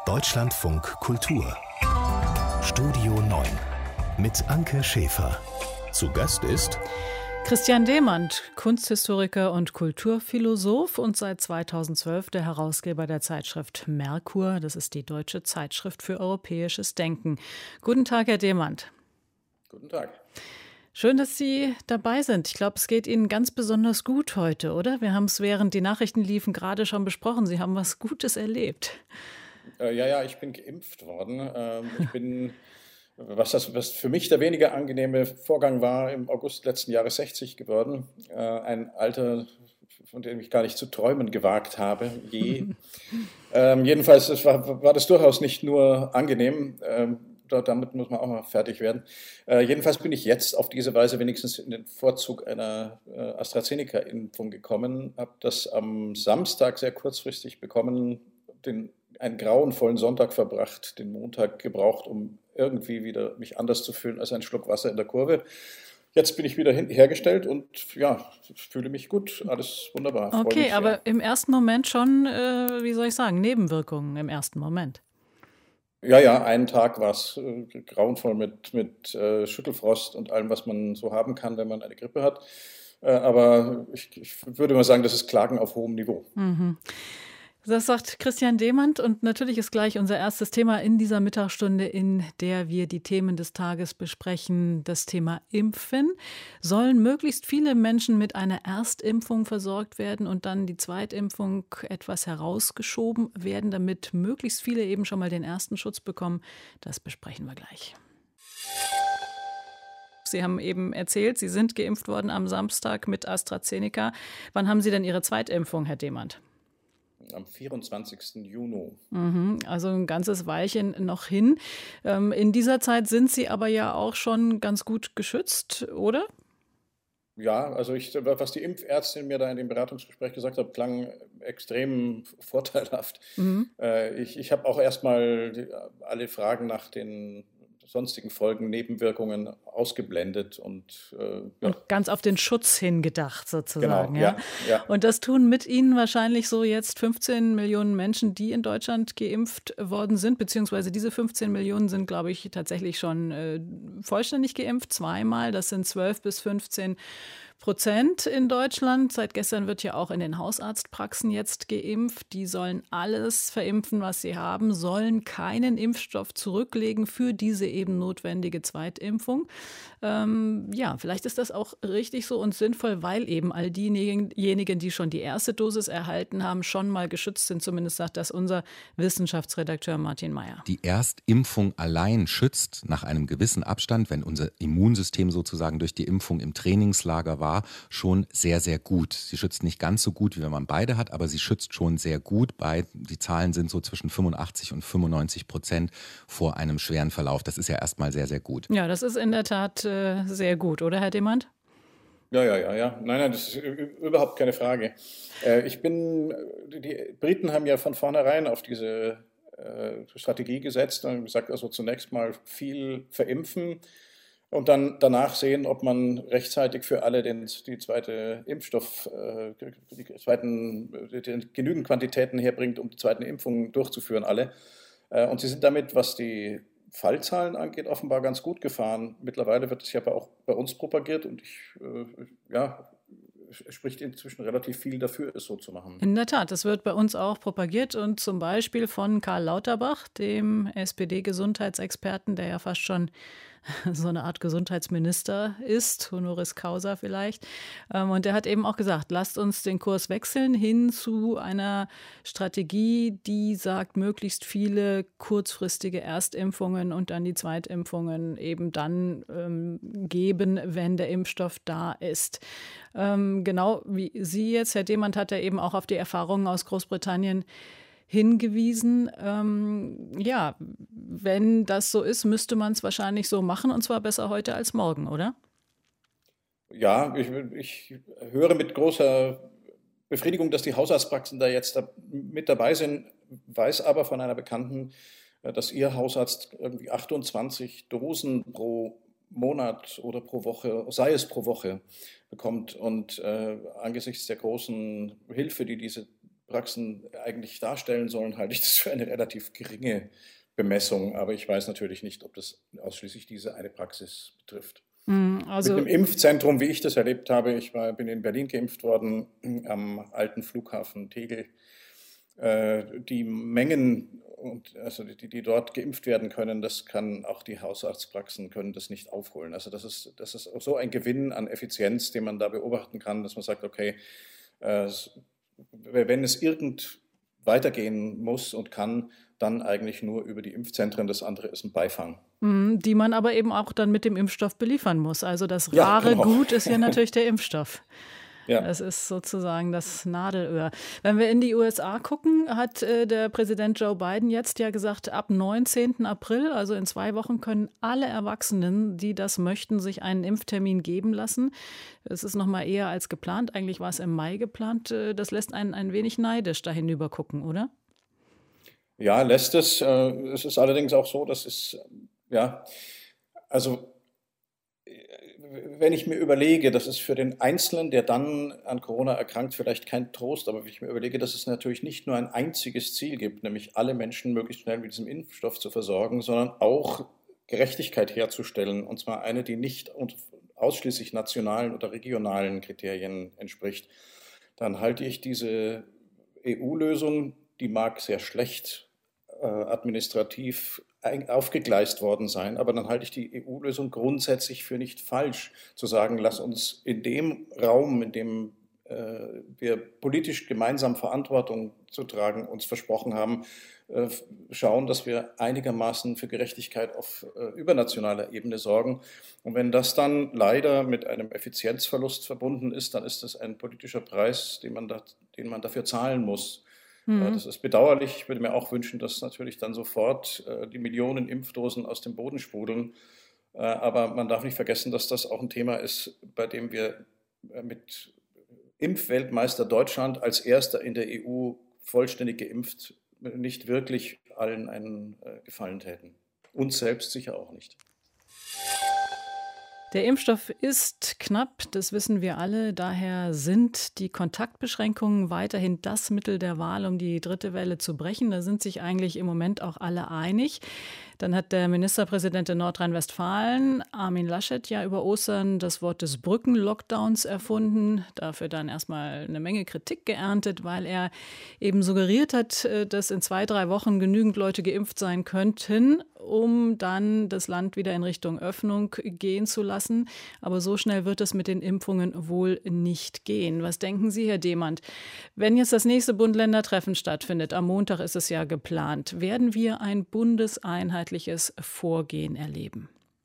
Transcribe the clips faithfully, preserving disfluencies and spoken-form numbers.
Deutschlandfunk Kultur. Studio neun mit Anke Schäfer. Zu Gast ist Christian Demand, Kunsthistoriker und Kulturphilosoph und seit zweitausendzwölf der Herausgeber der Zeitschrift Merkur. Das ist die deutsche Zeitschrift für europäisches Denken. Guten Tag, Herr Demand. Guten Tag. Schön, dass Sie dabei sind. Ich glaube, es geht Ihnen ganz besonders gut heute, oder? Wir haben es, während die Nachrichten liefen, gerade schon besprochen. Sie haben was Gutes erlebt. Äh, ja, ja, ich bin geimpft worden. Ähm, ich bin, was, das, was für mich der weniger angenehme Vorgang war, im August letzten Jahres sechzig geworden. Äh, ein Alter, von dem ich gar nicht zu träumen gewagt habe, je. ähm, jedenfalls es war, war das durchaus nicht nur angenehm. Ähm, Damit muss man auch mal fertig werden. Äh, jedenfalls bin ich jetzt auf diese Weise wenigstens in den Vorzug einer äh, AstraZeneca-Impfung gekommen, habe das am Samstag sehr kurzfristig bekommen, den, einen grauenvollen Sonntag verbracht, den Montag gebraucht, um irgendwie wieder mich anders zu fühlen als ein Schluck Wasser in der Kurve. Jetzt bin ich wieder hin, hergestellt und ja, fühle mich gut, alles wunderbar. Okay, aber im ersten Moment schon, äh, wie soll ich sagen, Nebenwirkungen im ersten Moment. Ja, ja, einen Tag war es äh, grauenvoll mit, mit äh, Schüttelfrost und allem, was man so haben kann, wenn man eine Grippe hat. Äh, aber ich, ich würde mal sagen, das ist Klagen auf hohem Niveau. Mhm. Das sagt Christian Demand und natürlich ist gleich unser erstes Thema in dieser Mittagsstunde, in der wir die Themen des Tages besprechen, das Thema Impfen. Sollen möglichst viele Menschen mit einer Erstimpfung versorgt werden und dann die Zweitimpfung etwas herausgeschoben werden, damit möglichst viele eben schon mal den ersten Schutz bekommen? Das besprechen wir gleich. Sie haben eben erzählt, Sie sind geimpft worden am Samstag mit AstraZeneca. Wann haben Sie denn Ihre Zweitimpfung, Herr Demand? Am vierundzwanzigsten Juni. Also ein ganzes Weilchen noch hin. In dieser Zeit sind Sie aber ja auch schon ganz gut geschützt, oder? Ja, also ich, was die Impfärztin mir da in dem Beratungsgespräch gesagt hat, klang extrem vorteilhaft. Mhm. Ich, ich habe auch erstmal alle Fragen nach den sonstigen Folgen, Nebenwirkungen ausgeblendet und, äh, ja. und ganz auf den Schutz hingedacht sozusagen. Genau, ja? Ja, ja. Und das tun mit Ihnen wahrscheinlich so jetzt fünfzehn Millionen Menschen, die in Deutschland geimpft worden sind, beziehungsweise diese fünfzehn Millionen sind, glaube ich, tatsächlich schon äh, vollständig geimpft, zweimal. Das sind zwölf bis fünfzehn Prozent in Deutschland. Seit gestern wird ja auch in den Hausarztpraxen jetzt geimpft. Die sollen alles verimpfen, was sie haben, sollen keinen Impfstoff zurücklegen für diese eben notwendige Zweitimpfung. Ähm, ja, vielleicht ist das auch richtig so und sinnvoll, weil eben all diejenigen, die schon die erste Dosis erhalten haben, schon mal geschützt sind. Zumindest sagt das unser Wissenschaftsredakteur Martin Meyer. Die Erstimpfung allein schützt nach einem gewissen Abstand, wenn unser Immunsystem sozusagen durch die Impfung im Trainingslager war, schon sehr, sehr gut. Sie schützt nicht ganz so gut, wie wenn man beide hat, aber sie schützt schon sehr gut. Bei, die Zahlen sind so zwischen fünfundachtzig und fünfundneunzig Prozent vor einem schweren Verlauf. Das ist ja erstmal sehr, sehr gut. Ja, das ist in der Tat äh, sehr gut, oder Herr Demand? Ja, ja, ja, ja. Nein, nein, das ist überhaupt keine Frage. Äh, ich bin, die Briten haben ja von vornherein auf diese äh, Strategie gesetzt und gesagt, also zunächst mal viel verimpfen. Und dann danach sehen, ob man rechtzeitig für alle den, die zweite Impfstoff, äh, die zweiten, die genügend Quantitäten herbringt, um die zweiten Impfungen durchzuführen, alle. Äh, und sie sind damit, was die Fallzahlen angeht, offenbar ganz gut gefahren. Mittlerweile wird es ja auch bei uns propagiert und ich, äh, ja, es spricht inzwischen relativ viel dafür, es so zu machen. In der Tat, das wird bei uns auch propagiert und zum Beispiel von Karl Lauterbach, dem S P D-Gesundheitsexperten, der ja fast schon so eine Art Gesundheitsminister ist, honoris causa vielleicht. Und der hat eben auch gesagt, lasst uns den Kurs wechseln hin zu einer Strategie, die sagt, möglichst viele kurzfristige Erstimpfungen und dann die Zweitimpfungen eben dann ähm, geben, wenn der Impfstoff da ist. Ähm, genau wie Sie jetzt, Herr Demand, hat er eben auch auf die Erfahrungen aus Großbritannien hingewiesen. Ähm, ja, wenn das so ist, müsste man es wahrscheinlich so machen und zwar besser heute als morgen, oder? Ja, ich, ich höre mit großer Befriedigung, dass die Hausarztpraxen da jetzt da mit dabei sind, weiß aber von einer Bekannten, dass ihr Hausarzt irgendwie achtundzwanzig Dosen pro Monat oder pro Woche, sei es pro Woche, bekommt und äh, angesichts der großen Hilfe, die diese Praxen eigentlich darstellen sollen, halte ich das für eine relativ geringe Bemessung. Aber ich weiß natürlich nicht, ob das ausschließlich diese eine Praxis betrifft. Also Mit dem Impfzentrum, wie ich das erlebt habe, ich war, bin in Berlin geimpft worden, am alten Flughafen Tegel. Äh, die Mengen, und, also die, die dort geimpft werden können, das kann auch die Hausarztpraxen können das nicht aufholen. Also das ist, das ist so ein Gewinn an Effizienz, den man da beobachten kann, dass man sagt, okay, äh, wenn es irgend weitergehen muss und kann, dann eigentlich nur über die Impfzentren. Das andere ist ein Beifang. Die man aber eben auch dann mit dem Impfstoff beliefern muss. Also das Ja, rare genau. Gut ist ja natürlich der Impfstoff. Ja. Das ist sozusagen das Nadelöhr. Wenn wir in die U S A gucken, hat äh, der Präsident Joe Biden jetzt ja gesagt, ab neunzehnten April, also in zwei Wochen, können alle Erwachsenen, die das möchten, sich einen Impftermin geben lassen. Es ist noch mal eher als geplant. Eigentlich war es im Mai geplant. Das lässt einen ein wenig neidisch da hinüber gucken, oder? Ja, lässt es. Es ist allerdings auch so, dass es, ja, also wenn ich mir überlege, das ist für den Einzelnen, der dann an Corona erkrankt, vielleicht kein Trost, aber wenn ich mir überlege, dass es natürlich nicht nur ein einziges Ziel gibt, nämlich alle Menschen möglichst schnell mit diesem Impfstoff zu versorgen, sondern auch Gerechtigkeit herzustellen, und zwar eine, die nicht ausschließlich nationalen oder regionalen Kriterien entspricht, dann halte ich diese E U-Lösung, die mag sehr schlecht äh, administrativ aufgegleist worden sein, aber dann halte ich die E U-Lösung grundsätzlich für nicht falsch, zu sagen, lass uns in dem Raum, in dem äh, wir politisch gemeinsam Verantwortung zu tragen uns versprochen haben, äh, schauen, dass wir einigermaßen für Gerechtigkeit auf äh, übernationaler Ebene sorgen. Und wenn das dann leider mit einem Effizienzverlust verbunden ist, dann ist das ein politischer Preis, den man, da, den man dafür zahlen muss. Mhm. Das ist bedauerlich. Ich würde mir auch wünschen, dass natürlich dann sofort äh, die Millionen Impfdosen aus dem Boden sprudeln. Äh, aber man darf nicht vergessen, dass das auch ein Thema ist, bei dem wir äh, mit Impfweltmeister Deutschland als erster in der E U vollständig geimpft nicht wirklich allen einen äh, Gefallen täten. Uns selbst sicher auch nicht. Der Impfstoff ist knapp, das wissen wir alle. Daher sind die Kontaktbeschränkungen weiterhin das Mittel der Wahl, um die dritte Welle zu brechen. Da sind sich eigentlich im Moment auch alle einig. Dann hat der Ministerpräsident in Nordrhein-Westfalen, Armin Laschet, ja über Ostern das Wort des Brückenlockdowns erfunden. Dafür dann erstmal eine Menge Kritik geerntet, weil er eben suggeriert hat, dass in zwei, drei Wochen genügend Leute geimpft sein könnten, um dann das Land wieder in Richtung Öffnung gehen zu lassen. Aber so schnell wird es mit den Impfungen wohl nicht gehen. Was denken Sie, Herr Demand? Wenn jetzt das nächste Bund-Länder-Treffen stattfindet, am Montag ist es ja geplant, werden wir ein bundeseinheitliches Vorgehen erleben?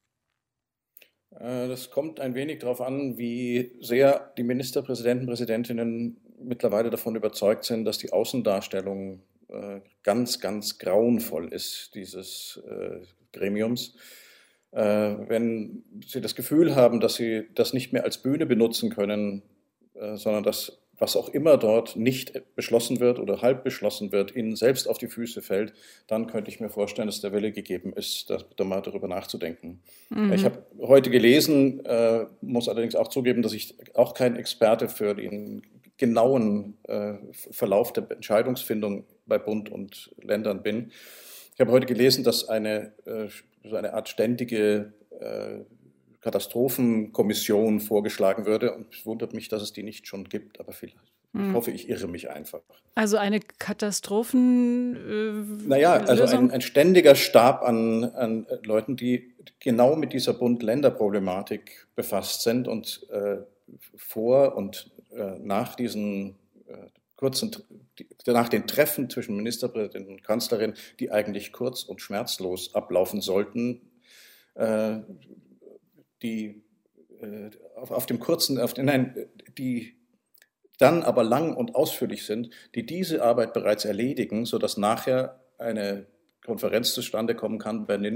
Das kommt ein wenig darauf an, wie sehr die Ministerpräsidenten, Präsidentinnen mittlerweile davon überzeugt sind, dass die Außendarstellung ganz, ganz grauenvoll ist, dieses Gremiums. Wenn Sie das Gefühl haben, dass Sie das nicht mehr als Bühne benutzen können, sondern dass was auch immer dort nicht beschlossen wird oder halb beschlossen wird, Ihnen selbst auf die Füße fällt, dann könnte ich mir vorstellen, dass der Wille gegeben ist, da mal darüber nachzudenken. Mhm. Ich habe heute gelesen, äh, muss allerdings auch zugeben, dass ich auch kein Experte für den genauen äh, Verlauf der Entscheidungsfindung bei Bund und Ländern bin. Ich habe heute gelesen, dass eine, äh, so eine Art ständige äh, Katastrophenkommission vorgeschlagen würde, und es wundert mich, dass es die nicht schon gibt, aber vielleicht, hm. ich hoffe, ich irre mich einfach. Also eine Katastrophen... Äh, naja, also ein, ein ständiger Stab an, an Leuten, die genau mit dieser Bund-Länder-Problematik befasst sind und äh, vor und äh, nach diesen äh, kurzen, die, nach den Treffen zwischen Ministerpräsident und Kanzlerin, die eigentlich kurz und schmerzlos ablaufen sollten, äh, die äh, auf, auf dem kurzen, auf den, nein, die dann aber lang und ausführlich sind, die diese Arbeit bereits erledigen, sodass nachher eine Konferenz zustande kommen kann, bei der nicht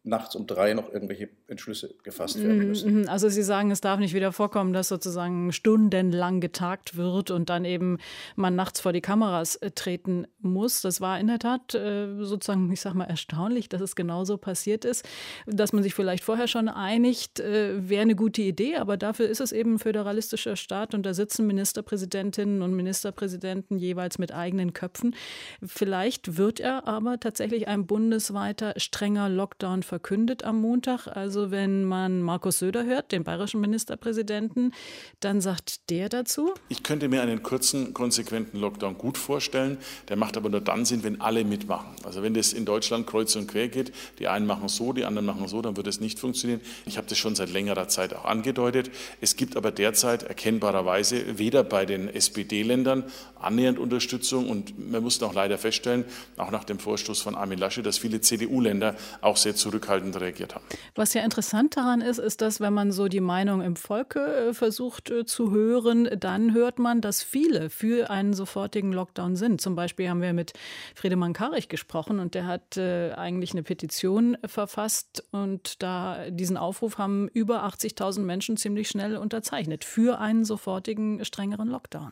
nachts um drei noch irgendwelche Entschlüsse gefasst werden müssen. Also Sie sagen, es darf nicht wieder vorkommen, dass sozusagen stundenlang getagt wird und dann eben man nachts vor die Kameras äh, treten muss. Das war in der Tat äh, sozusagen, ich sage mal, erstaunlich, dass es genauso passiert ist. Dass man sich vielleicht vorher schon einigt, äh, wäre eine gute Idee, aber dafür ist es eben ein föderalistischer Staat und da sitzen Ministerpräsidentinnen und Ministerpräsidenten jeweils mit eigenen Köpfen. Vielleicht wird er aber tatsächlich ein bundesweiter strenger Lockdown verkündet am Montag. Also wenn man Markus Söder hört, den bayerischen Ministerpräsidenten, dann sagt der dazu: Ich könnte mir einen kurzen, konsequenten Lockdown gut vorstellen. Der macht aber nur dann Sinn, wenn alle mitmachen. Also wenn das in Deutschland kreuz und quer geht, die einen machen so, die anderen machen so, dann wird es nicht funktionieren. Ich habe das schon seit längerer Zeit auch angedeutet. Es gibt aber derzeit erkennbarerweise weder bei den S P D-Ländern annähernd Unterstützung und man muss auch leider feststellen, auch nach dem Vorstoß von Armin Laschet, dass viele C D U-Länder auch sehr zurückhaltend reagiert haben. Was ja interessant daran ist, ist, dass wenn man so die Meinung im Volke äh, versucht äh, zu hören, dann hört man, dass viele für einen sofortigen Lockdown sind. Zum Beispiel haben wir mit Friedemann Karich gesprochen und der hat äh, eigentlich eine Petition verfasst und da diesen Aufruf haben über achtzigtausend Menschen ziemlich schnell unterzeichnet für einen sofortigen, strengeren Lockdown.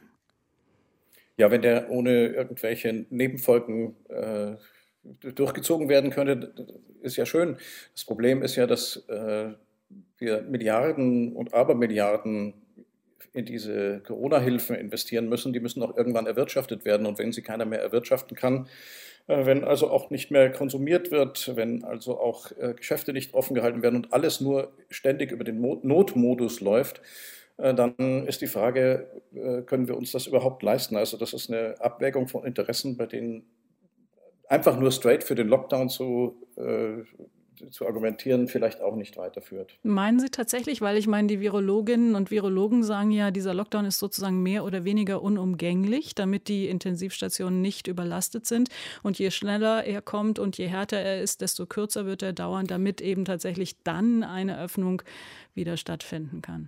Ja, wenn der ohne irgendwelche Nebenfolgen äh, durchgezogen werden könnte, ist ja schön. Das Problem ist ja, dass äh, wir Milliarden und Abermilliarden in diese Corona-Hilfen investieren müssen. Die müssen auch irgendwann erwirtschaftet werden. Und wenn sie keiner mehr erwirtschaften kann, äh, wenn also auch nicht mehr konsumiert wird, wenn also auch äh, Geschäfte nicht offen gehalten werden und alles nur ständig über den Mo- Notmodus läuft, äh, dann ist die Frage, äh, können wir uns das überhaupt leisten? Also das ist eine Abwägung von Interessen, bei denen einfach nur straight für den Lockdown zu, äh, zu argumentieren, vielleicht auch nicht weiterführt. Meinen Sie tatsächlich, weil ich meine, die Virologinnen und Virologen sagen ja, dieser Lockdown ist sozusagen mehr oder weniger unumgänglich, damit die Intensivstationen nicht überlastet sind. Und je schneller er kommt und je härter er ist, desto kürzer wird er dauern, damit eben tatsächlich dann eine Öffnung wieder stattfinden kann.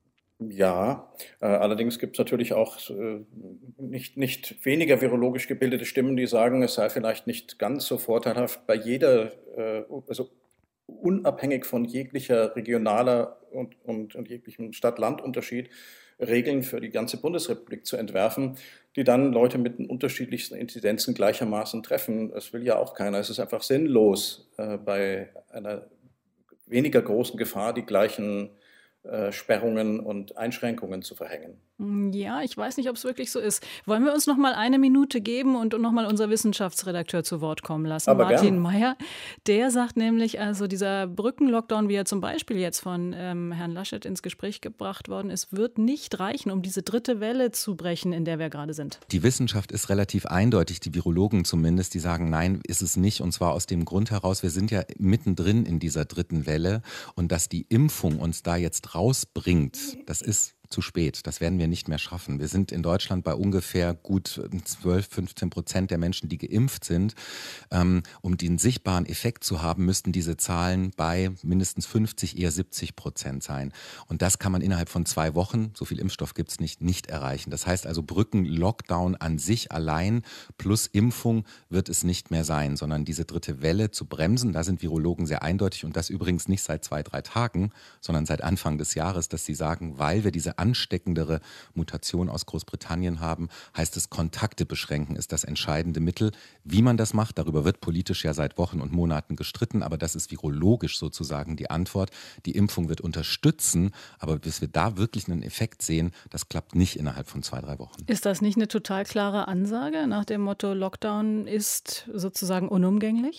Ja, äh, allerdings gibt es natürlich auch äh, nicht, nicht weniger virologisch gebildete Stimmen, die sagen, es sei vielleicht nicht ganz so vorteilhaft, bei jeder, äh, also unabhängig von jeglicher regionaler und, und, und jeglichem Stadt-Land-Unterschied, Regeln für die ganze Bundesrepublik zu entwerfen, die dann Leute mit den unterschiedlichsten Inzidenzen gleichermaßen treffen. Das will ja auch keiner. Es ist einfach sinnlos, äh, bei einer weniger großen Gefahr die gleichen Sperrungen und Einschränkungen zu verhängen. Ja, ich weiß nicht, ob es wirklich so ist. Wollen wir uns noch mal eine Minute geben und noch mal unser Wissenschaftsredakteur zu Wort kommen lassen, Aber Martin gern. Meyer. Der sagt nämlich, also dieser Brückenlockdown, wie er zum Beispiel jetzt von ähm, Herrn Laschet ins Gespräch gebracht worden ist, wird nicht reichen, um diese dritte Welle zu brechen, in der wir gerade sind. Die Wissenschaft ist relativ eindeutig, die Virologen zumindest, die sagen, nein, ist es nicht. Und zwar aus dem Grund heraus, wir sind ja mittendrin in dieser dritten Welle und dass die Impfung uns da jetzt rausbringt, das ist zu spät. Das werden wir nicht mehr schaffen. Wir sind in Deutschland bei ungefähr gut zwölf, fünfzehn Prozent der Menschen, die geimpft sind. Ähm, um den sichtbaren Effekt zu haben, müssten diese Zahlen bei mindestens fünfzig, eher siebzig Prozent sein. Und das kann man innerhalb von zwei Wochen, so viel Impfstoff gibt es nicht, nicht erreichen. Das heißt also, Brücken-Lockdown an sich allein plus Impfung wird es nicht mehr sein, sondern diese dritte Welle zu bremsen, da sind Virologen sehr eindeutig und das übrigens nicht seit zwei, drei Tagen, sondern seit Anfang des Jahres, dass sie sagen, weil wir diese ansteckendere Mutation aus Großbritannien haben, heißt es, Kontakte beschränken ist das entscheidende Mittel. Wie man das macht, darüber wird politisch ja seit Wochen und Monaten gestritten, aber das ist virologisch sozusagen die Antwort. Die Impfung wird unterstützen, aber bis wir da wirklich einen Effekt sehen, das klappt nicht innerhalb von zwei, drei Wochen. Ist das nicht eine total klare Ansage nach dem Motto, Lockdown ist sozusagen unumgänglich?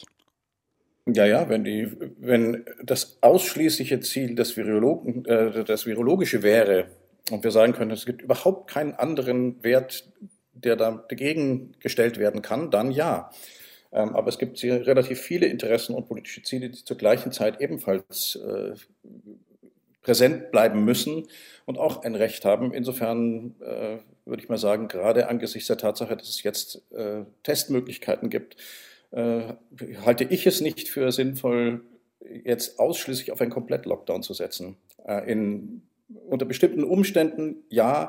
Ja, ja, wenn, die, wenn das ausschließliche Ziel des Virologen, äh, das Virologische wäre, und wir sagen können, es gibt überhaupt keinen anderen Wert, der da dagegen gestellt werden kann, dann ja. Ähm, aber es gibt sehr, relativ viele Interessen und politische Ziele, die zur gleichen Zeit ebenfalls äh, präsent bleiben müssen und auch ein Recht haben. Insofern äh, würde ich mal sagen, gerade angesichts der Tatsache, dass es jetzt äh, Testmöglichkeiten gibt, äh, halte ich es nicht für sinnvoll, jetzt ausschließlich auf einen Komplett-Lockdown zu setzen. Äh, in Unter bestimmten Umständen ja,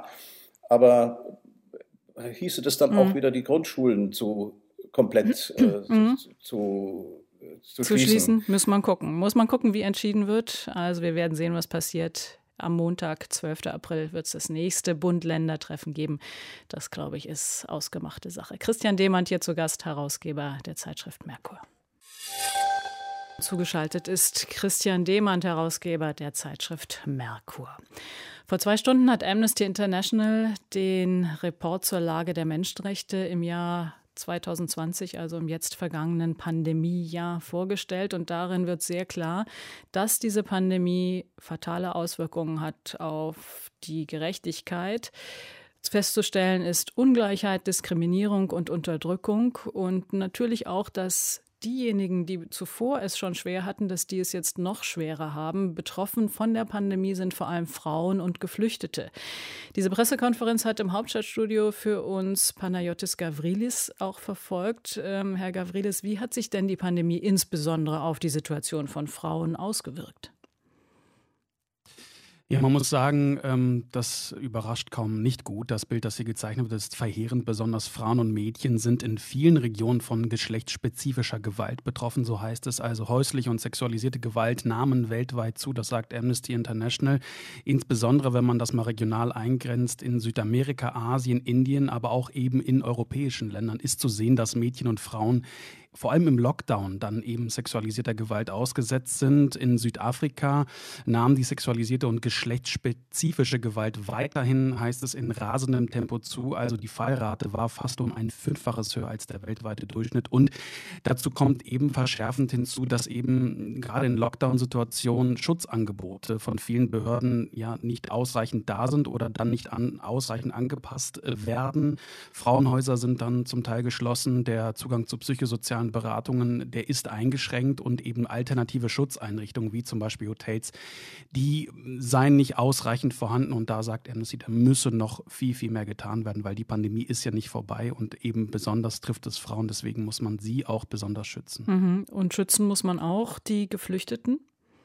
aber hieße das dann mhm. auch wieder, die Grundschulen zu komplett äh, mhm. zu, zu zu, zu schließen. schließen. Muss man gucken. Muss man gucken, wie entschieden wird. Also wir werden sehen, was passiert. Am Montag, zwölften April, wird es das nächste Bund-Länder-Treffen geben. Das, glaube ich, ist ausgemachte Sache. Christian Demand hier zu Gast, Herausgeber der Zeitschrift Merkur. Zugeschaltet ist Christian Demand, Herausgeber der Zeitschrift Merkur. Vor zwei Stunden hat Amnesty International den Report zur Lage der Menschenrechte im Jahr zwanzig zwanzig, also im jetzt vergangenen Pandemiejahr, vorgestellt. Und darin wird sehr klar, dass diese Pandemie fatale Auswirkungen hat auf die Gerechtigkeit. Festzustellen ist Ungleichheit, Diskriminierung und Unterdrückung und natürlich auch, dass diejenigen, die zuvor es schon schwer hatten, dass die es jetzt noch schwerer haben. Betroffen von der Pandemie sind vor allem Frauen und Geflüchtete. Diese Pressekonferenz hat im Hauptstadtstudio für uns Panayotis Gavrilis auch verfolgt. Ähm, Herr Gavrilis, wie hat sich denn die Pandemie insbesondere auf die Situation von Frauen ausgewirkt? Ja, man muss sagen, das überrascht kaum nicht gut. Das Bild, das hier gezeichnet wird, ist verheerend. Besonders Frauen und Mädchen sind in vielen Regionen von geschlechtsspezifischer Gewalt betroffen. So heißt es also, häusliche und sexualisierte Gewalt nahmen weltweit zu. Das sagt Amnesty International. Insbesondere, wenn man das mal regional eingrenzt, in Südamerika, Asien, Indien, aber auch eben in europäischen Ländern ist zu sehen, dass Mädchen und Frauen vor allem im Lockdown dann eben sexualisierter Gewalt ausgesetzt sind. In Südafrika nahm die sexualisierte und geschlechtsspezifische Gewalt weiterhin, heißt es, in rasendem Tempo zu. Also die Fallrate war fast um ein Fünffaches höher als der weltweite Durchschnitt. Und dazu kommt eben verschärfend hinzu, dass eben gerade in Lockdown-Situationen Schutzangebote von vielen Behörden ja nicht ausreichend da sind oder dann nicht an, ausreichend angepasst werden. Frauenhäuser sind dann zum Teil geschlossen. Der Zugang zu psychosozialen Beratungen, der ist eingeschränkt und eben alternative Schutzeinrichtungen, wie zum Beispiel Hotels, die seien nicht ausreichend vorhanden und da sagt Amnesty, da müsse noch viel, viel mehr getan werden, weil die Pandemie ist ja nicht vorbei und eben besonders trifft es Frauen, deswegen muss man sie auch besonders schützen. Mhm. Und schützen muss man auch die Geflüchteten?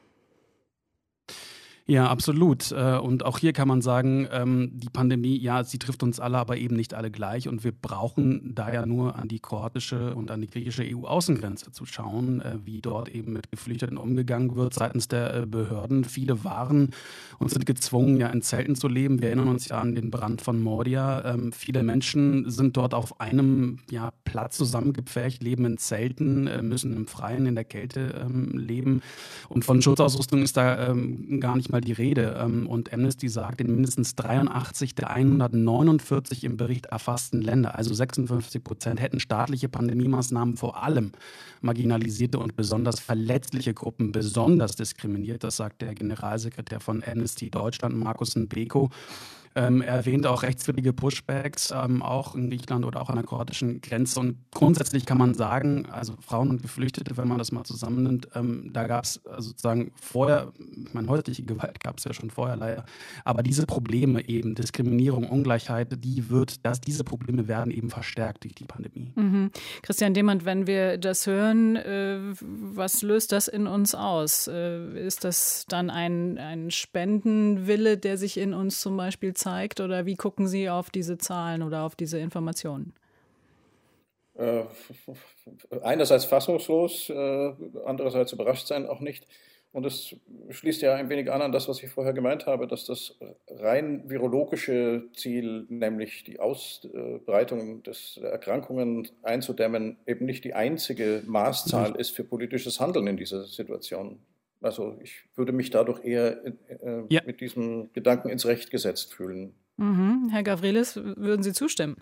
Ja, absolut. Und auch hier kann man sagen, die Pandemie, ja, sie trifft uns alle, aber eben nicht alle gleich. Und wir brauchen da ja nur an die kroatische und an die griechische E U-Außengrenze zu schauen, wie dort eben mit Geflüchteten umgegangen wird seitens der Behörden. Viele waren und sind gezwungen, ja in Zelten zu leben. Wir erinnern uns ja an den Brand von Moria. Viele Menschen sind dort auf einem ja, Platz zusammengepfercht, leben in Zelten, müssen im Freien in der Kälte leben. Und von Schutzausrüstung ist da gar nicht mal die Rede. Und Amnesty sagt, in mindestens dreiundachtzig der hundertneunundvierzig im Bericht erfassten Länder, also sechsundfünfzig Prozent, hätten staatliche Pandemie-Maßnahmen vor allem marginalisierte und besonders verletzliche Gruppen besonders diskriminiert. Das sagt der Generalsekretär von Amnesty Deutschland, Markus Nbeko. Ähm, er erwähnt auch rechtswidrige Pushbacks, ähm, auch in Griechenland oder auch an der kroatischen Grenze. Und grundsätzlich kann man sagen, also Frauen und Geflüchtete, wenn man das mal zusammennimmt, ähm, da gab es also sozusagen vorher, ich meine, häusliche Gewalt gab es ja schon vorher leider, aber diese Probleme eben, Diskriminierung, Ungleichheit, die wird, dass diese Probleme werden eben verstärkt durch die Pandemie. Mhm. Christian Demand, wenn wir das hören, äh, was löst das in uns aus? Äh, ist das dann ein, ein Spendenwille, der sich in uns zum Beispiel zeigt, oder wie gucken Sie auf diese Zahlen oder auf diese Informationen? Äh, einerseits fassungslos, äh, andererseits überrascht sein auch nicht. Und es schließt ja ein wenig an an das, was ich vorher gemeint habe, dass das rein virologische Ziel, nämlich die Ausbreitung des Erkrankungen einzudämmen, eben nicht die einzige Maßzahl ist für politisches Handeln in dieser Situation. Also ich würde mich dadurch eher äh, ja. mit diesem Gedanken ins Recht gesetzt fühlen. Mhm. Herr Gavrilis, würden Sie zustimmen?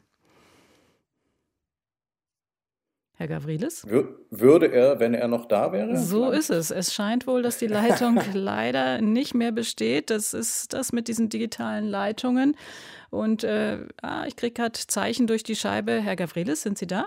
Herr Gavrilis? Wür- würde er, wenn er noch da wäre? So vielleicht? ist es. Es scheint wohl, dass die Leitung leider nicht mehr besteht. Das ist das mit diesen digitalen Leitungen. Und äh, ah, ich kriege gerade Zeichen durch die Scheibe. Herr Gavrilis, sind Sie da?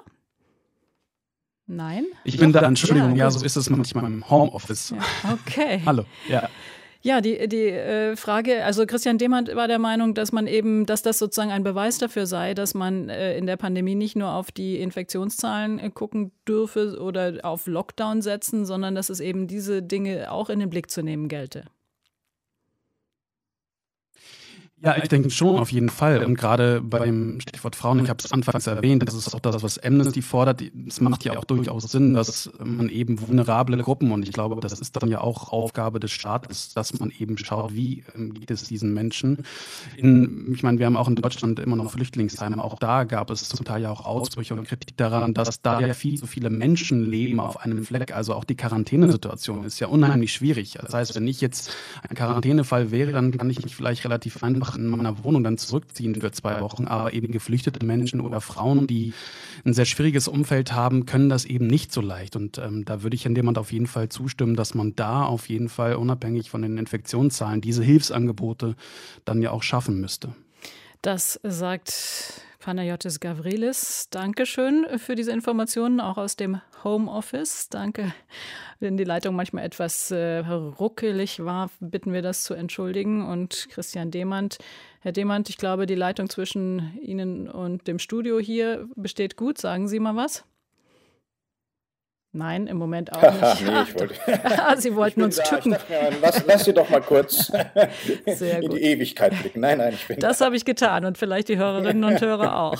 Nein? Ich bin Doch, da, Entschuldigung, ja, ja, so ist es manchmal im Homeoffice. Ja, okay. Hallo, ja. Ja, die, die äh, Frage, also Christian Demand war der Meinung, dass man eben, dass das sozusagen ein Beweis dafür sei, dass man äh, in der Pandemie nicht nur auf die Infektionszahlen äh, gucken dürfe oder auf Lockdown setzen, sondern dass es eben diese Dinge auch in den Blick zu nehmen gelte. Ja, ich denke schon, auf jeden Fall. Und gerade beim Stichwort Frauen, ich habe es anfangs erwähnt, das ist auch das, was Amnesty fordert. Es macht ja auch durchaus Sinn, dass man eben vulnerable Gruppen, und ich glaube, das ist dann ja auch Aufgabe des Staates, dass man eben schaut, wie geht es diesen Menschen. In, ich meine, wir haben auch in Deutschland immer noch Flüchtlingsheime. Auch da gab es zum Teil ja auch Ausbrüche und Kritik daran, dass da ja viel zu viele Menschen leben auf einem Fleck. Also auch die Quarantänesituation ist ja unheimlich schwierig. Das heißt, wenn ich jetzt ein Quarantänefall wäre, dann kann ich mich vielleicht relativ einfach in meiner Wohnung dann zurückziehen für zwei Wochen. Aber eben geflüchtete Menschen oder Frauen, die ein sehr schwieriges Umfeld haben, können das eben nicht so leicht. Und ähm, da würde ich an jemand auf jeden Fall zustimmen, dass man da auf jeden Fall unabhängig von den Infektionszahlen diese Hilfsangebote dann ja auch schaffen müsste. Das sagt Panayotis Gavrilis. Dankeschön für diese Informationen, auch aus dem Homeoffice. Danke, wenn die Leitung manchmal etwas äh, ruckelig war, bitten wir das zu entschuldigen. Und Christian Demand. Herr Demand, ich glaube, die Leitung zwischen Ihnen und dem Studio hier besteht gut. Sagen Sie mal was? Nein, im Moment auch nicht. nee, ich wollte. Sie wollten uns da, tücken. Mir, lass, lass Sie doch mal kurz Sehr in gut. die Ewigkeit blicken. Nein, nein, ich bin Das habe ich getan und vielleicht die Hörerinnen und Hörer auch.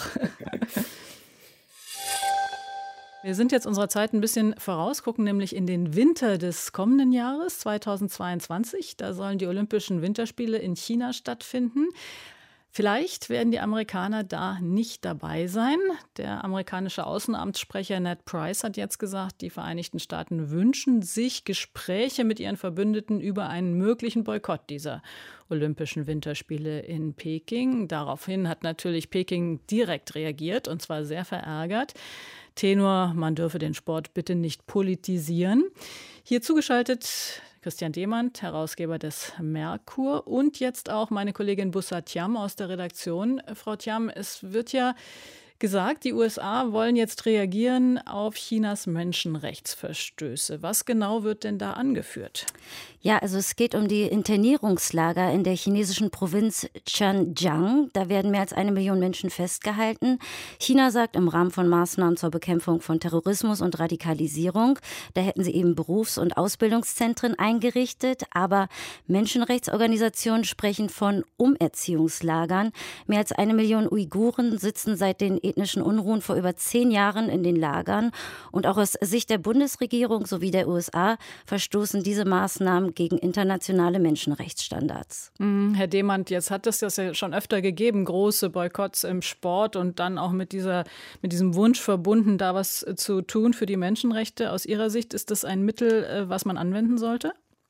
Wir sind jetzt unserer Zeit ein bisschen voraus, gucken nämlich in den Winter des kommenden Jahres, zweitausendzweiundzwanzig. Da sollen die Olympischen Winterspiele in China stattfinden. Vielleicht werden die Amerikaner da nicht dabei sein. Der amerikanische Außenamtssprecher Ned Price hat jetzt gesagt, die Vereinigten Staaten wünschen sich Gespräche mit ihren Verbündeten über einen möglichen Boykott dieser Olympischen Winterspiele in Peking. Daraufhin hat natürlich Peking direkt reagiert, und zwar sehr verärgert. Tenor, man dürfe den Sport bitte nicht politisieren. Hier zugeschaltet Christian Demand, Herausgeber des Merkur, und jetzt auch meine Kollegin Bussa Thiam aus der Redaktion. Frau Thiam, es wird ja gesagt, die U S A wollen jetzt reagieren auf Chinas Menschenrechtsverstöße. Was genau wird denn da angeführt? Ja, also es geht um die Internierungslager in der chinesischen Provinz Xinjiang. Da werden mehr als eine Million Menschen festgehalten. China sagt, im Rahmen von Maßnahmen zur Bekämpfung von Terrorismus und Radikalisierung, da hätten sie eben Berufs- und Ausbildungszentren eingerichtet. Aber Menschenrechtsorganisationen sprechen von Umerziehungslagern. Mehr als eine Million Uiguren sitzen seit den ethnischen Unruhen vor über zehn Jahren in den Lagern. Und auch aus Sicht der Bundesregierung sowie der U S A verstoßen diese Maßnahmen gegen internationale Menschenrechtsstandards. Mhm, Herr Demand, jetzt hat es das ja schon öfter gegeben, große Boykotts im Sport und dann auch mit, dieser, mit diesem Wunsch verbunden, da was zu tun für die Menschenrechte. Aus Ihrer Sicht, ist das ein Mittel, was man anwenden sollte?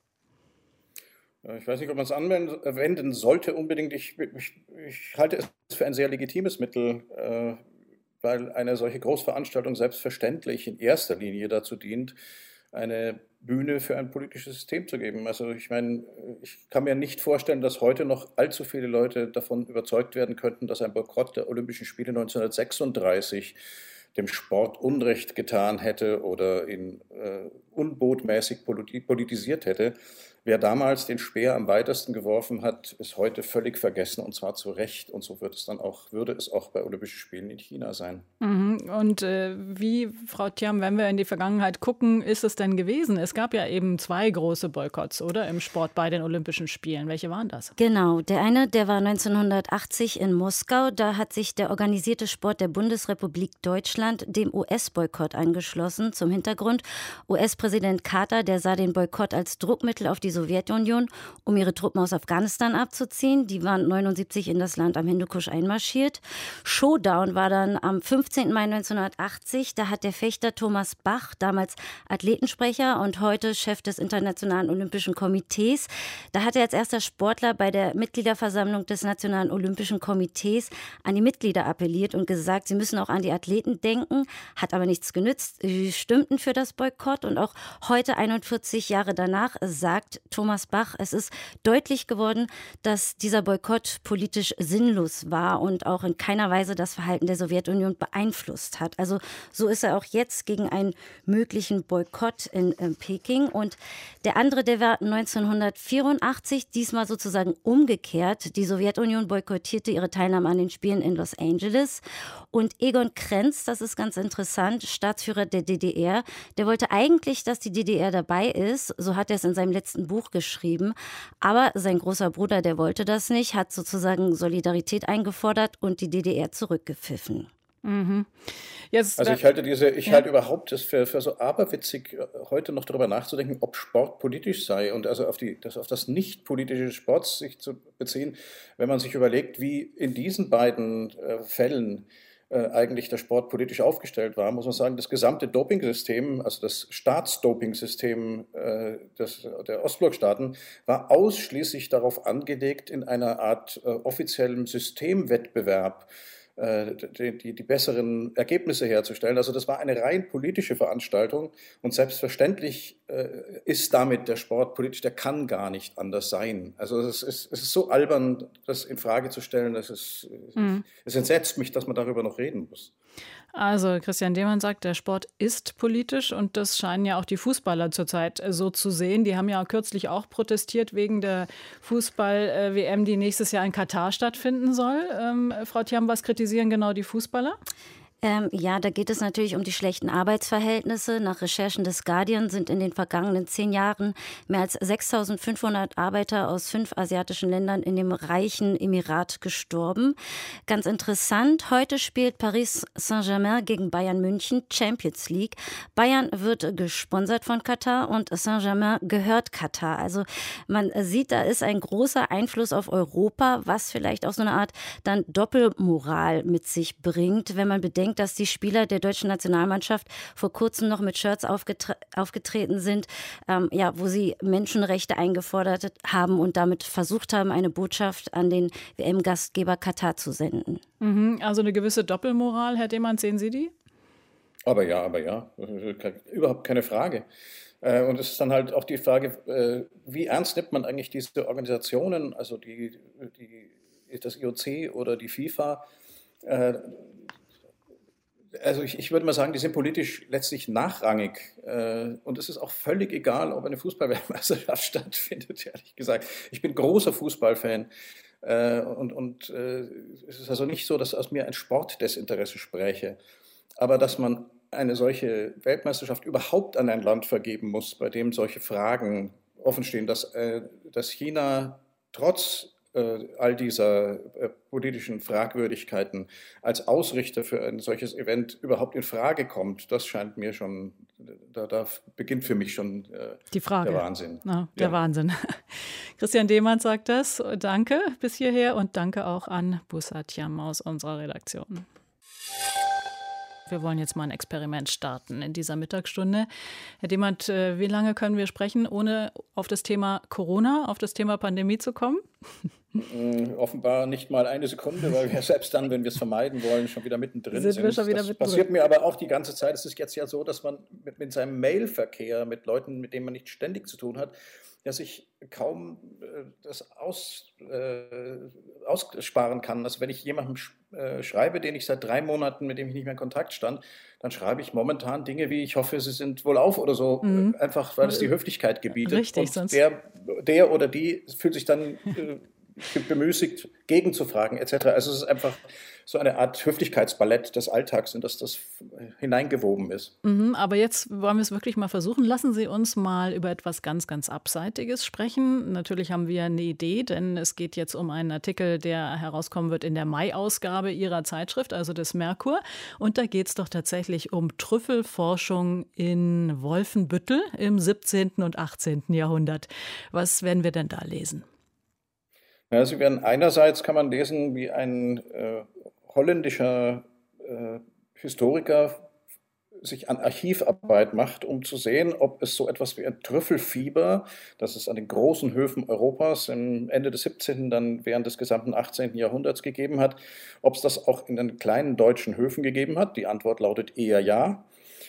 Ich weiß nicht, ob man es anwenden sollte unbedingt. Ich, ich, ich halte es für ein sehr legitimes Mittel, äh, weil eine solche Großveranstaltung selbstverständlich in erster Linie dazu dient, eine Bühne für ein politisches System zu geben. Also ich meine, ich kann mir nicht vorstellen, dass heute noch allzu viele Leute davon überzeugt werden könnten, dass ein Boykott der Olympischen Spiele neunzehnhundertsechsunddreißig dem Sport Unrecht getan hätte oder ihn äh, unbotmäßig politisiert hätte. Wer damals den Speer am weitesten geworfen hat, ist heute völlig vergessen, und zwar zu Recht. Und so wird es dann auch, würde es auch bei Olympischen Spielen in China sein. Mhm. Und äh, wie, Frau Thiam, wenn wir in die Vergangenheit gucken, ist es denn gewesen? Es gab ja eben zwei große Boykotts, oder, im Sport bei den Olympischen Spielen. Welche waren das? Genau, der eine, der war neunzehnhundertachtzig in Moskau. Da hat sich der organisierte Sport der Bundesrepublik Deutschland dem U S-Boykott angeschlossen. Zum Hintergrund, U S-Präsident Carter, der sah den Boykott als Druckmittel auf die Sowjetunion, um ihre Truppen aus Afghanistan abzuziehen. Die waren neunundsiebzig in das Land am Hindukusch einmarschiert. Showdown war dann am fünfzehnten Mai neunzehnhundertachtzig. Da hat der Fechter Thomas Bach, damals Athletensprecher und heute Chef des Internationalen Olympischen Komitees, da hat er als erster Sportler bei der Mitgliederversammlung des Nationalen Olympischen Komitees an die Mitglieder appelliert und gesagt, sie müssen auch an die Athleten denken. Hat aber nichts genützt. Sie stimmten für das Boykott, und auch heute, einundvierzig Jahre danach, sagt Thomas Bach, es ist deutlich geworden, dass dieser Boykott politisch sinnlos war und auch in keiner Weise das Verhalten der Sowjetunion beeinflusst hat. Also so ist er auch jetzt gegen einen möglichen Boykott in äh, Peking. Und der andere, der war neunzehnhundertvierundachtzig, diesmal sozusagen umgekehrt. Die Sowjetunion boykottierte ihre Teilnahme an den Spielen in Los Angeles. Und Egon Krenz, das ist ganz interessant, Staatsführer der D D R, der wollte eigentlich nicht, dass die D D R dabei ist, so hat er es in seinem letzten Buch geschrieben. Aber sein großer Bruder, der wollte das nicht, hat sozusagen Solidarität eingefordert und die D D R zurückgepfiffen. Mhm. Jetzt, also ich halte diese, ich ja. halte überhaupt das für, für so aberwitzig, heute noch darüber nachzudenken, ob Sport politisch sei und also auf, die, das, auf das nicht-politische Sports sich zu beziehen, wenn man sich überlegt, wie in diesen beiden äh, Fällen äh, eigentlich der Sport politisch aufgestellt war, muss man sagen, das gesamte Dopingsystem, also das Staatsdopingsystem äh, des, der Ostblockstaaten, war ausschließlich darauf angelegt, in einer Art äh, offiziellem Systemwettbewerb Die, die, die besseren Ergebnisse herzustellen. Also das war eine rein politische Veranstaltung und selbstverständlich äh, ist damit der Sport politisch, der kann gar nicht anders sein. Also es ist, es ist so albern, das in Frage zu stellen, dass es, mhm. es entsetzt mich, dass man darüber noch reden muss. Also Christian Demann sagt, der Sport ist politisch und das scheinen ja auch die Fußballer zurzeit so zu sehen. Die haben ja kürzlich auch protestiert wegen der Fußball-W M, die nächstes Jahr in Katar stattfinden soll. Ähm, Frau Thiam, was kritisieren genau die Fußballer? Ähm, ja, da geht es natürlich um die schlechten Arbeitsverhältnisse. Nach Recherchen des Guardian sind in den vergangenen zehn Jahren mehr als sechstausendfünfhundert Arbeiter aus fünf asiatischen Ländern in dem reichen Emirat gestorben. Ganz interessant, heute spielt Paris Saint-Germain gegen Bayern München, Champions League. Bayern wird gesponsert von Katar und Saint-Germain gehört Katar. Also man sieht, da ist ein großer Einfluss auf Europa, was vielleicht auch so eine Art dann Doppelmoral mit sich bringt, wenn man bedenkt, dass die Spieler der deutschen Nationalmannschaft vor kurzem noch mit Shirts aufgetre- aufgetreten sind, ähm, ja, wo sie Menschenrechte eingefordert haben und damit versucht haben, eine Botschaft an den W M-Gastgeber Katar zu senden. Mhm, also eine gewisse Doppelmoral, Herr Demann, sehen Sie die? Aber ja, aber ja, überhaupt keine Frage. Und es ist dann halt auch die Frage, wie ernst nimmt man eigentlich diese Organisationen, also die, die, das I O C oder die FIFA. Also ich, ich würde mal sagen, die sind politisch letztlich nachrangig. Und es ist auch völlig egal, ob eine Fußball-Weltmeisterschaft stattfindet, ehrlich gesagt. Ich bin großer Fußballfan. Und, und es ist also nicht so, dass aus mir ein Sportdesinteresse spräche. Aber dass man eine solche Weltmeisterschaft überhaupt an ein Land vergeben muss, bei dem solche Fragen offenstehen, dass, dass China trotz all dieser äh, politischen Fragwürdigkeiten als Ausrichter für ein solches Event überhaupt in Frage kommt, das scheint mir schon, da, da beginnt für mich schon äh, die Frage. Der Wahnsinn. Na, der ja. Wahnsinn. Christian Demann sagt das. Danke bis hierher und danke auch an Bussard Thiam aus unserer Redaktion. Wir wollen jetzt mal ein Experiment starten in dieser Mittagsstunde. Herr Demann, wie lange können wir sprechen, ohne auf das Thema Corona, auf das Thema Pandemie zu kommen? Offenbar nicht mal eine Sekunde, weil wir selbst dann, wenn wir es vermeiden wollen, schon wieder mittendrin sind. sind. Wir schon wieder das mittendrin. Passiert mir aber auch die ganze Zeit. Es ist jetzt ja so, dass man mit, mit seinem Mailverkehr, mit Leuten, mit denen man nicht ständig zu tun hat, dass ich kaum äh, das aus, äh, aussparen kann. Also wenn ich jemandem sch äh, schreibe, den ich seit drei Monaten, mit dem ich nicht mehr in Kontakt stand, dann schreibe ich momentan Dinge wie, ich hoffe, Sie sind wohl auf oder so, mhm. äh, einfach weil es die Höflichkeit gebietet. Richtig, und sonst der, der oder die fühlt sich dann äh, bemüßigt, gegenzufragen et cetera. Also es ist einfach so eine Art Höflichkeitsballett des Alltags, in das das hineingewoben ist. Mhm, aber jetzt wollen wir es wirklich mal versuchen. Lassen Sie uns mal über etwas ganz, ganz Abseitiges sprechen. Natürlich haben wir eine Idee, denn es geht jetzt um einen Artikel, der herauskommen wird in der Mai-Ausgabe Ihrer Zeitschrift, also des Merkur. Und da geht es doch tatsächlich um Trüffelforschung in Wolfenbüttel im siebzehnten und achtzehnten Jahrhundert. Was werden wir denn da lesen? Ja, Sie werden einerseits, kann man lesen, wie ein äh, holländischer äh, Historiker sich an Archivarbeit macht, um zu sehen, ob es so etwas wie ein Trüffelfieber, das es an den großen Höfen Europas im Ende des siebzehnten, dann während des gesamten achtzehnten Jahrhunderts gegeben hat, ob es das auch in den kleinen deutschen Höfen gegeben hat. Die Antwort lautet eher ja.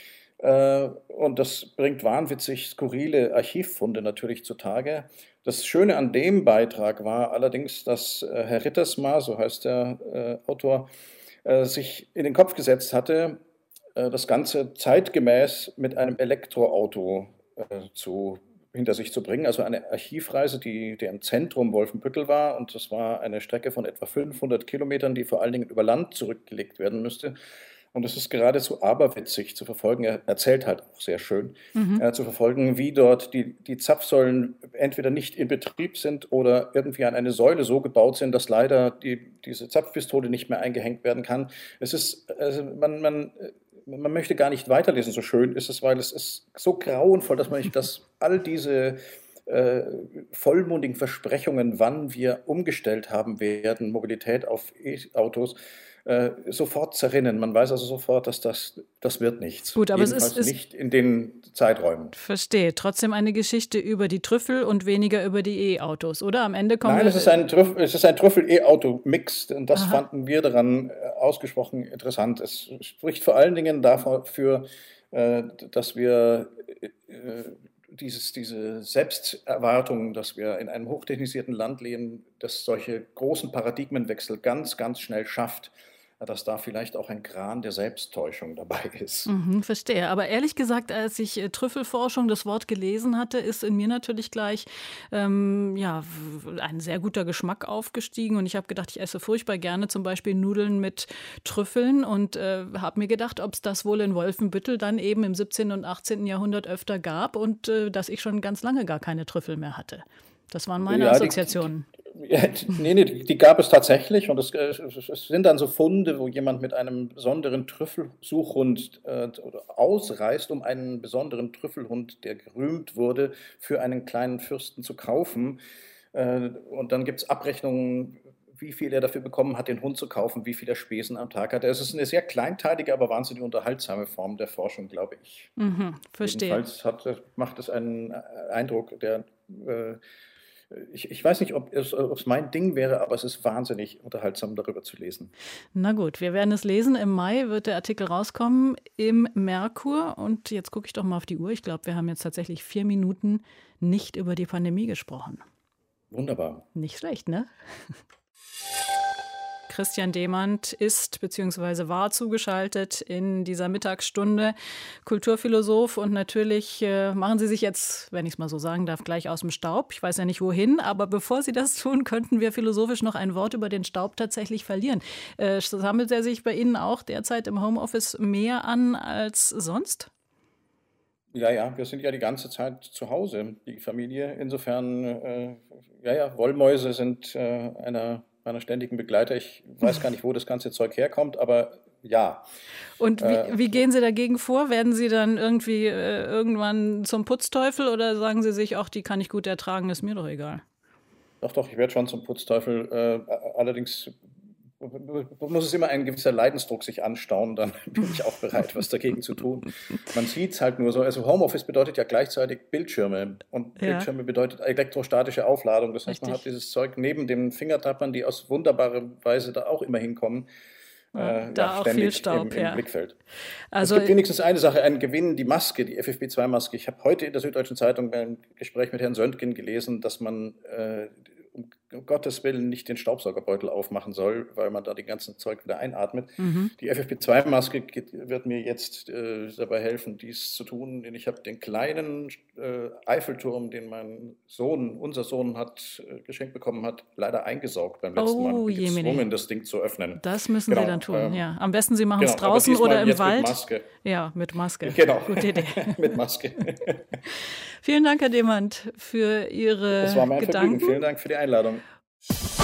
Äh, und das bringt wahnwitzig skurrile Archivfunde natürlich zutage. Das Schöne an dem Beitrag war allerdings, dass äh, Herr Rittersma, so heißt der äh, Autor, äh, sich in den Kopf gesetzt hatte, äh, das Ganze zeitgemäß mit einem Elektroauto äh, zu, hinter sich zu bringen. Also eine Archivreise, die, deren Zentrum Wolfenbüttel war. Und das war eine Strecke von etwa fünfhundert Kilometern, die vor allen Dingen über Land zurückgelegt werden müsste. Und es ist geradezu aberwitzig zu verfolgen, er erzählt halt auch sehr schön, Mhm. äh, zu verfolgen, wie dort die, die Zapfsäulen entweder nicht in Betrieb sind oder irgendwie an eine Säule so gebaut sind, dass leider die, diese Zapfpistole nicht mehr eingehängt werden kann. Es ist, also man, man, man möchte gar nicht weiterlesen, so schön ist es, weil es ist so grauenvoll, dass man nicht, dass all diese äh, vollmundigen Versprechungen, wann wir umgestellt haben werden, Mobilität auf E-Autos, äh, sofort zerrinnen. Man weiß also sofort, dass das, das wird nichts. Gut, aber es Jedenfalls ist- ist- nicht in den Zeiträumen. Verstehe. Trotzdem eine Geschichte über die Trüffel und weniger über die E-Autos, oder? Am Ende kommen Nein, wir. es ist ein, Trüff, es ist ein Trüffel-E-Auto-Mix und das Aha. fanden wir daran äh, ausgesprochen interessant. Es spricht vor allen Dingen dafür, äh, dass wir äh, dieses, diese Selbsterwartung, dass wir in einem hochtechnisierten Land leben, das solche großen Paradigmenwechsel ganz, ganz schnell schafft, dass da vielleicht auch ein Gran der Selbsttäuschung dabei ist. Mhm, verstehe. Aber ehrlich gesagt, als ich äh, Trüffelforschung das Wort gelesen hatte, ist in mir natürlich gleich ähm, ja, w- ein sehr guter Geschmack aufgestiegen. Und ich habe gedacht, ich esse furchtbar gerne zum Beispiel Nudeln mit Trüffeln und äh, habe mir gedacht, ob es das wohl in Wolfenbüttel dann eben im siebzehnten und achtzehnten Jahrhundert öfter gab und äh, dass ich schon ganz lange gar keine Trüffel mehr hatte. Das waren meine Ja, die- Assoziationen. Ja, nee, nee, die die gab es tatsächlich und es, äh, es es sind dann so Funde, wo jemand mit einem besonderen Trüffelsuchhund äh, ausreist, um einen besonderen Trüffelhund, der gerühmt wurde, für einen kleinen Fürsten zu kaufen. Äh, und dann gibt es Abrechnungen, wie viel er dafür bekommen hat, den Hund zu kaufen, wie viel er Spesen am Tag hat. Es ist eine sehr kleinteilige, aber wahnsinnig unterhaltsame Form der Forschung, glaube ich. Mhm, verstehe. Jedenfalls hat, macht es einen Eindruck, der äh, ich, ich weiß nicht, ob es, ob es mein Ding wäre, aber es ist wahnsinnig unterhaltsam, darüber zu lesen. Na gut, wir werden es lesen. Im Mai wird der Artikel rauskommen im Merkur. Und jetzt gucke ich doch mal auf die Uhr. Ich glaube, wir haben jetzt tatsächlich vier Minuten nicht über die Pandemie gesprochen. Wunderbar. Nicht schlecht, ne? Christian Demand ist bzw. war zugeschaltet in dieser Mittagsstunde, Kulturphilosoph. Und natürlich äh, machen Sie sich jetzt, wenn ich es mal so sagen darf, gleich aus dem Staub. Ich weiß ja nicht wohin, aber bevor Sie das tun, könnten wir philosophisch noch ein Wort über den Staub tatsächlich verlieren. Äh, sammelt er sich bei Ihnen auch derzeit im Homeoffice mehr an als sonst? Ja, ja, wir sind ja die ganze Zeit zu Hause, die Familie. Insofern, äh, ja, ja, Wollmäuse sind äh, einer meiner ständigen Begleiter. Ich weiß gar nicht, wo das ganze Zeug herkommt, aber ja. Und wie, Äh, wie gehen Sie dagegen vor? Werden Sie dann irgendwie äh, irgendwann zum Putzteufel oder sagen Sie sich, ach, die kann ich gut ertragen, ist mir doch egal? Doch, doch, ich werde schon zum Putzteufel. Äh, allerdings muss es immer ein gewisser Leidensdruck sich anstauen, dann bin ich auch bereit, was dagegen zu tun. Man sieht es halt nur so. Also Homeoffice bedeutet ja gleichzeitig Bildschirme und Ja. Bildschirme bedeutet elektrostatische Aufladung. Das heißt, man Richtig. hat dieses Zeug neben den Fingertappern, die aus wunderbarer Weise da auch immer hinkommen, Ja, äh, da ja, auch ständig viel Staub, im, im ja. Blickfeld. Also es gibt wenigstens eine Sache, einen Gewinn, die Maske, die F F P zwei Maske. Ich habe heute in der Süddeutschen Zeitung beim Gespräch mit Herrn Söntgen gelesen, dass man äh, um um Gottes Willen nicht den Staubsaugerbeutel aufmachen soll, weil man da die ganzen Zeug wieder einatmet. Mhm. Die F F P zwei Maske geht, wird mir jetzt äh, dabei helfen, dies zu tun. Denn ich habe den kleinen äh, Eiffelturm, den mein Sohn, unser Sohn hat äh, geschenkt bekommen hat, leider eingesaugt beim letzten Mal. Oh, Ich bin jemine. gezwungen, das Ding zu öffnen. das müssen Genau, Sie dann tun, ähm, ja. Am besten Sie machen es Genau, aber draußen diesmal oder im jetzt Wald. Mit Maske. Ja, mit Maske. Genau. Gute Idee. Mit Maske. Vielen Dank, Herr Demand, für Ihre Das war mein Gedanken. Vergnügen. Vielen Dank für die Einladung.